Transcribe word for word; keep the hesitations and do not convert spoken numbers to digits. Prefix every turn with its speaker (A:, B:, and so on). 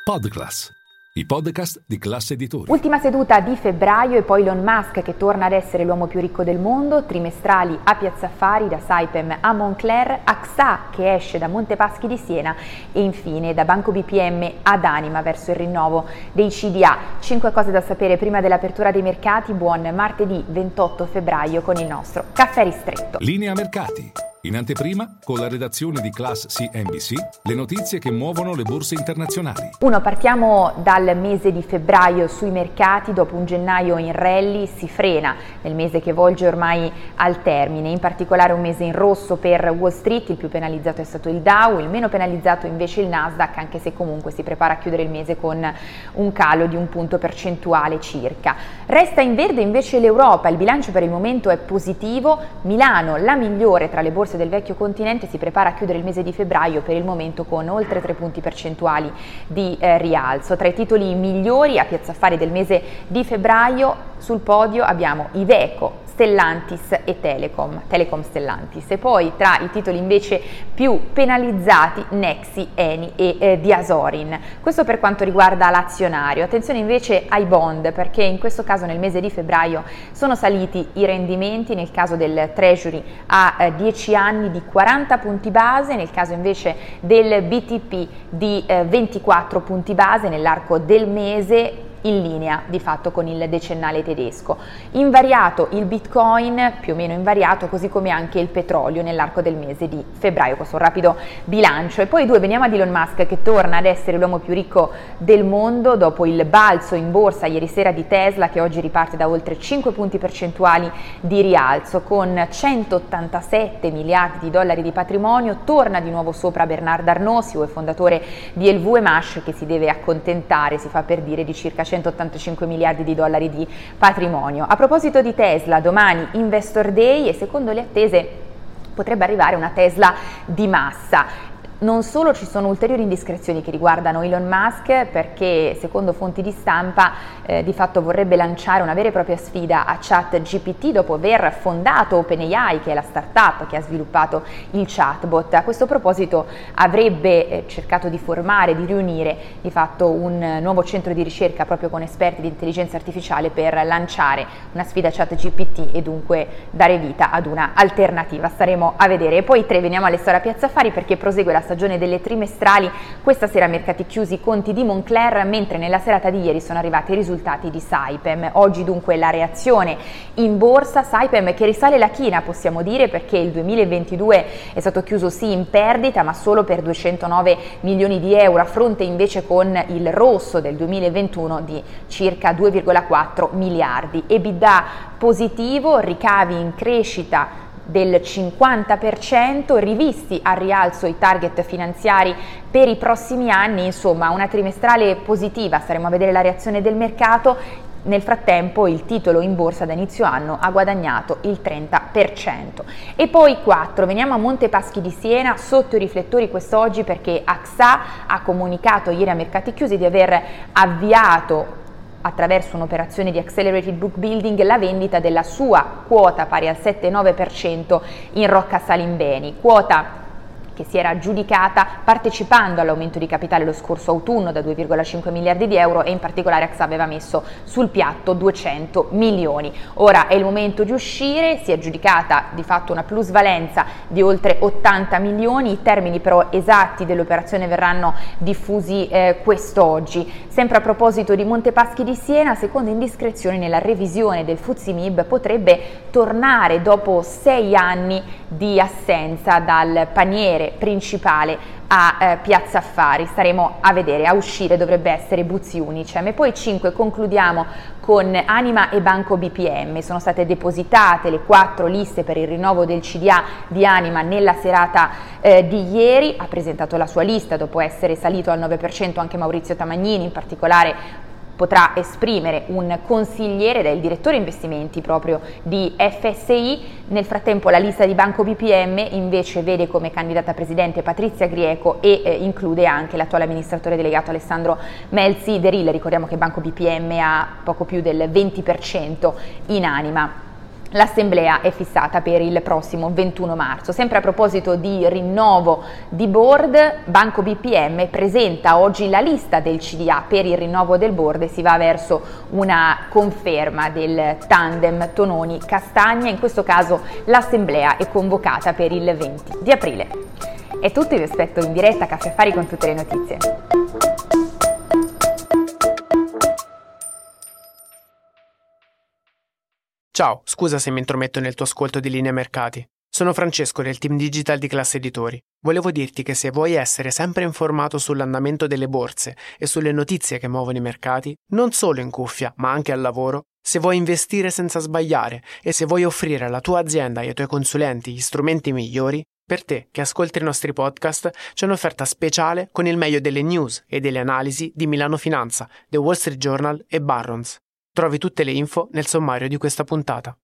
A: Podclass, i podcast di Class Editori.
B: Ultima seduta di febbraio e poi Elon Musk che torna ad essere l'uomo più ricco del mondo, trimestrali a Piazza Affari, da Saipem a Moncler, A X A che esce da Montepaschi di Siena e infine da Banco B P M ad Anima verso il rinnovo dei C D A. Cinque cose da sapere prima dell'apertura dei mercati. Buon martedì ventotto febbraio con il nostro caffè ristretto.
A: Linea mercati. In anteprima, con la redazione di Class C N B C, le notizie che muovono le borse internazionali.
B: Uno, partiamo dal mese di febbraio sui mercati. Dopo un gennaio in rally si frena nel mese che volge ormai al termine, in particolare un mese in rosso per Wall Street. Il più penalizzato è stato il Dow, il meno penalizzato invece il Nasdaq, anche se comunque si prepara a chiudere il mese con un calo di un punto percentuale circa. Resta in verde invece l'Europa, il bilancio per il momento è positivo. Milano, la migliore tra le borse del vecchio continente, si prepara a chiudere il mese di febbraio per il momento con oltre tre punti percentuali di eh, rialzo. Tra i titoli migliori a Piazza Affari del mese di febbraio sul podio abbiamo Iveco, Stellantis e Telecom, Telecom Stellantis, e poi tra i titoli invece più penalizzati Nexi, Eni e eh, Diasorin. Questo per quanto riguarda l'azionario. Attenzione invece ai bond, perché in questo caso nel mese di febbraio sono saliti i rendimenti, nel caso del Treasury a eh, dieci anni di quaranta punti base, nel caso invece del B T P di eh, ventiquattro punti base nell'arco del mese, in linea di fatto con il decennale tedesco. Invariato il Bitcoin, più o meno invariato, così come anche il petrolio nell'arco del mese di febbraio. Questo un rapido bilancio. E poi due, veniamo ad Elon Musk che torna ad essere l'uomo più ricco del mondo dopo il balzo in borsa ieri sera di Tesla, che oggi riparte da oltre cinque punti percentuali di rialzo con centottantasette miliardi di dollari di patrimonio. Torna di nuovo sopra Bernard Arnault, C E O e fondatore di L V M H, che si deve accontentare, si fa per dire, di circa centottantacinque miliardi di dollari di patrimonio. A proposito di Tesla, domani Investor Day e secondo le attese potrebbe arrivare una Tesla di massa. Non solo, ci sono ulteriori indiscrezioni che riguardano Elon Musk, perché secondo fonti di stampa eh, di fatto vorrebbe lanciare una vera e propria sfida a ChatGPT dopo aver fondato OpenAI, che è la startup che ha sviluppato il chatbot. A questo proposito avrebbe eh, cercato di formare, di riunire di fatto un nuovo centro di ricerca proprio con esperti di intelligenza artificiale per lanciare una sfida a ChatGPT e dunque dare vita ad una alternativa. Staremo a vedere. E poi tre, veniamo alle storie a Piazza Affari, perché prosegue la stagione delle trimestrali. Questa sera mercati chiusi, conti di Moncler, mentre nella serata di ieri sono arrivati i risultati di Saipem. Oggi dunque la reazione in borsa. Saipem che risale la china, possiamo dire, perché il duemilaventidue è stato chiuso sì in perdita, ma solo per duecentonove milioni di euro, a fronte invece con il rosso del duemilaventuno di circa due virgola quattro miliardi. EBITDA positivo, ricavi in crescita del cinquanta per cento, rivisti al rialzo i target finanziari per i prossimi anni. Insomma, una trimestrale positiva. Staremo a vedere la reazione del mercato. Nel frattempo il titolo in borsa da inizio anno ha guadagnato il trenta per cento. E poi quattro, veniamo a Montepaschi di Siena, sotto i riflettori quest'oggi perché A X A ha comunicato ieri a mercati chiusi di aver avviato, attraverso un'operazione di accelerated book building, la vendita della sua quota pari al sette virgola nove per cento in Rocca Salimbeni, quota che si era aggiudicata partecipando all'aumento di capitale lo scorso autunno da due virgola cinque miliardi di euro, e in particolare A X A aveva messo sul piatto duecento milioni. Ora è il momento di uscire, si è aggiudicata di fatto una plusvalenza di oltre ottanta milioni, i termini però esatti dell'operazione verranno diffusi eh, quest'oggi. Sempre a proposito di Montepaschi di Siena, secondo indiscrezioni nella revisione del F T S E M I B potrebbe tornare dopo sei anni di assenza dal paniere principale a eh, Piazza Affari. Staremo a vedere. A uscire dovrebbe essere Buzzi Unicem. E poi cinque, concludiamo con Anima e Banco B P M. Sono state depositate le quattro liste per il rinnovo del C D A di Anima nella serata eh, di ieri. Ha presentato la sua lista dopo essere salito al nove per cento anche Maurizio Tamagnini. In particolare potrà esprimere un consigliere ed è il direttore investimenti proprio di F S I. Nel frattempo la lista di Banco B P M invece vede come candidata presidente Patrizia Grieco e eh, include anche l'attuale amministratore delegato Alessandro Melzi Deril. Ricordiamo che Banco B P M ha poco più del venti per cento in Anima. L'assemblea è fissata per il prossimo ventuno marzo. Sempre a proposito di rinnovo di board, Banco B P M presenta oggi la lista del C D A per il rinnovo del board e si va verso una conferma del tandem Tononi-Castagna. In questo caso l'assemblea è convocata per il venti di aprile. È tutto, vi aspetto in diretta a Caffè Affari con tutte le notizie.
C: Ciao, scusa se mi intrometto nel tuo ascolto di Linea Mercati. Sono Francesco del team digital di Classe Editori. Volevo dirti che se vuoi essere sempre informato sull'andamento delle borse e sulle notizie che muovono i mercati, non solo in cuffia, ma anche al lavoro, se vuoi investire senza sbagliare e se vuoi offrire alla tua azienda e ai tuoi consulenti gli strumenti migliori, per te che ascolti i nostri podcast c'è un'offerta speciale con il meglio delle news e delle analisi di Milano Finanza, The Wall Street Journal e Barron's. Trovi tutte le info nel sommario di questa puntata.